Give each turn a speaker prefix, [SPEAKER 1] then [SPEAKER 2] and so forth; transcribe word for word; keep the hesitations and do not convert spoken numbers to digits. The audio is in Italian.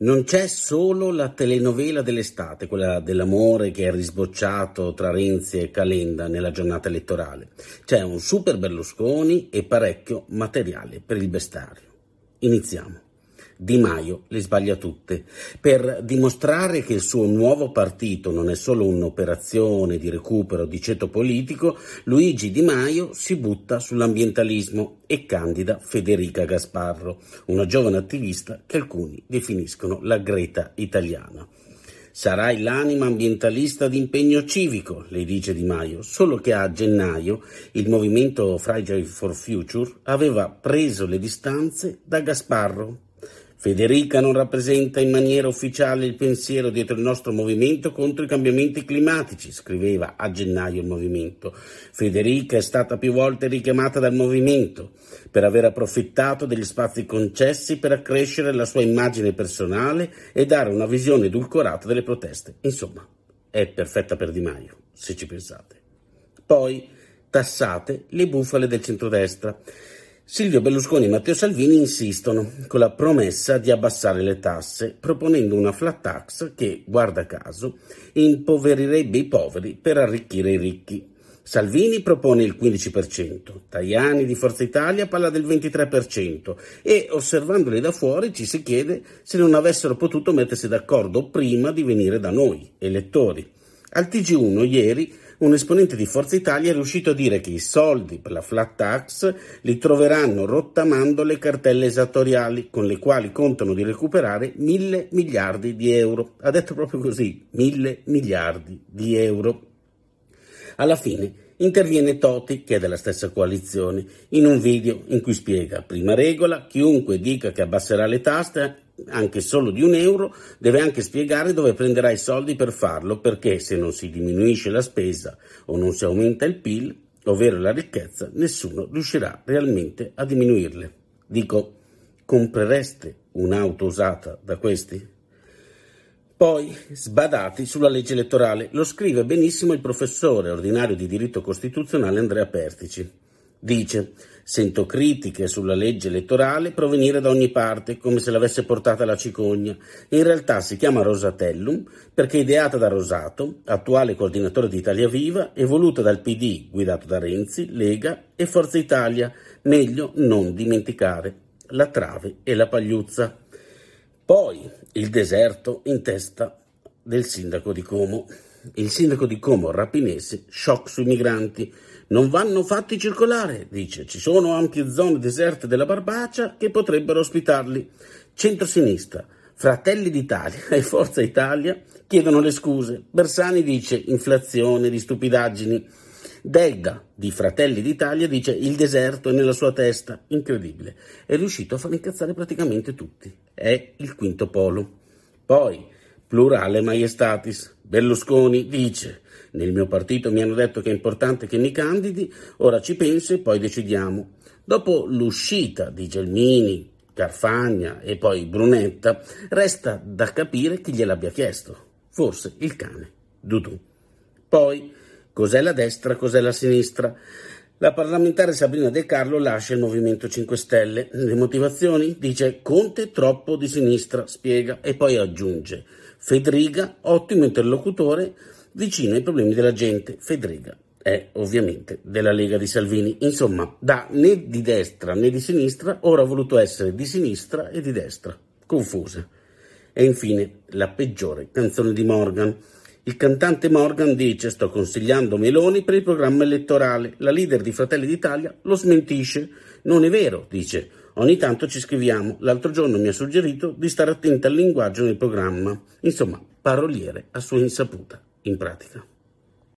[SPEAKER 1] Non c'è solo la telenovela dell'estate, quella dell'amore che è risbocciato tra Renzi e Calenda nella giornata elettorale. C'è un super Berlusconi e parecchio materiale per il bestiario. Iniziamo. Di Maio le sbaglia tutte. Per dimostrare che il suo nuovo partito non è solo un'operazione di recupero di ceto politico, Luigi Di Maio si butta sull'ambientalismo e candida Federica Gasparro, una giovane attivista che alcuni definiscono la Greta italiana. Sarai l'anima ambientalista di impegno civico, le dice Di Maio, solo che a gennaio il movimento Friday for Future aveva preso le distanze da Gasparro. Federica non rappresenta in maniera ufficiale il pensiero dietro il nostro movimento contro i cambiamenti climatici, scriveva a gennaio il movimento. Federica è stata più volte richiamata dal movimento per aver approfittato degli spazi concessi per accrescere la sua immagine personale e dare una visione edulcorata delle proteste. Insomma, è perfetta per Di Maio, se ci pensate. Poi tassate le bufale del centrodestra. Silvio Berlusconi e Matteo Salvini insistono con la promessa di abbassare le tasse, proponendo una flat tax che, guarda caso, impoverirebbe i poveri per arricchire i ricchi. Salvini propone il quindici per cento, Tajani di Forza Italia parla del ventitré per cento e, osservandoli da fuori, ci si chiede se non avessero potuto mettersi d'accordo prima di venire da noi, elettori. Al T G uno ieri un esponente di Forza Italia è riuscito a dire che i soldi per la flat tax li troveranno rottamando le cartelle esattoriali con le quali contano di recuperare mille miliardi di euro. Ha detto proprio così, mille miliardi di euro. Alla fine interviene Toti, che è della stessa coalizione, in un video in cui spiega: prima regola, chiunque dica che abbasserà le tasse anche solo di un euro deve anche spiegare dove prenderà i soldi per farlo, perché se non si diminuisce la spesa o non si aumenta il P I L, ovvero la ricchezza, nessuno riuscirà realmente a diminuirle. Dico, comprereste un'auto usata da questi? Poi sbadati sulla legge elettorale. Lo scrive benissimo il professore ordinario di diritto costituzionale Andrea Pertici. Dice: sento critiche sulla legge elettorale provenire da ogni parte, come se l'avesse portata la cicogna. In realtà si chiama Rosatellum perché ideata da Rosato, attuale coordinatore di Italia Viva, e voluta dal P D, guidato da Renzi, Lega e Forza Italia. Meglio non dimenticare la trave e la pagliuzza. Poi il deserto in testa del sindaco di Como. Il sindaco di Como Rapinese, shock sui migranti. Non vanno fatti circolare, dice, ci sono ampie zone deserte della Barbacia che potrebbero ospitarli. Centrosinistra, Fratelli d'Italia e Forza Italia chiedono le scuse. Bersani dice inflazione di stupidaggini. Degga di Fratelli d'Italia dice il deserto è nella sua testa. Incredibile, è riuscito a far incazzare praticamente tutti. È il quinto polo. Poi, plurale maiestatis, Berlusconi dice: nel mio partito mi hanno detto che è importante che mi candidi, ora ci penso e poi decidiamo. Dopo l'uscita di Gelmini, Carfagna e poi Brunetta, resta da capire chi gliel'abbia chiesto. Forse il cane, Dudu. Poi, cos'è la destra, cos'è la sinistra? La parlamentare Sabrina De Carlo lascia il Movimento cinque Stelle. Le motivazioni? Dice Conte troppo di sinistra, spiega, e poi aggiunge: Fedriga, ottimo interlocutore, vicino ai problemi della gente. Fedriga è ovviamente della Lega di Salvini. Insomma, da né di destra né di sinistra, ora ha voluto essere di sinistra e di destra. Confuse. E infine la peggiore canzone di Morgan. Il cantante Morgan dice: sto consigliando Meloni per il programma elettorale. La leader di Fratelli d'Italia lo smentisce. Non è vero, dice. Ogni tanto ci scriviamo. L'altro giorno mi ha suggerito di stare attenta al linguaggio nel programma. Insomma, paroliere a sua insaputa, in pratica.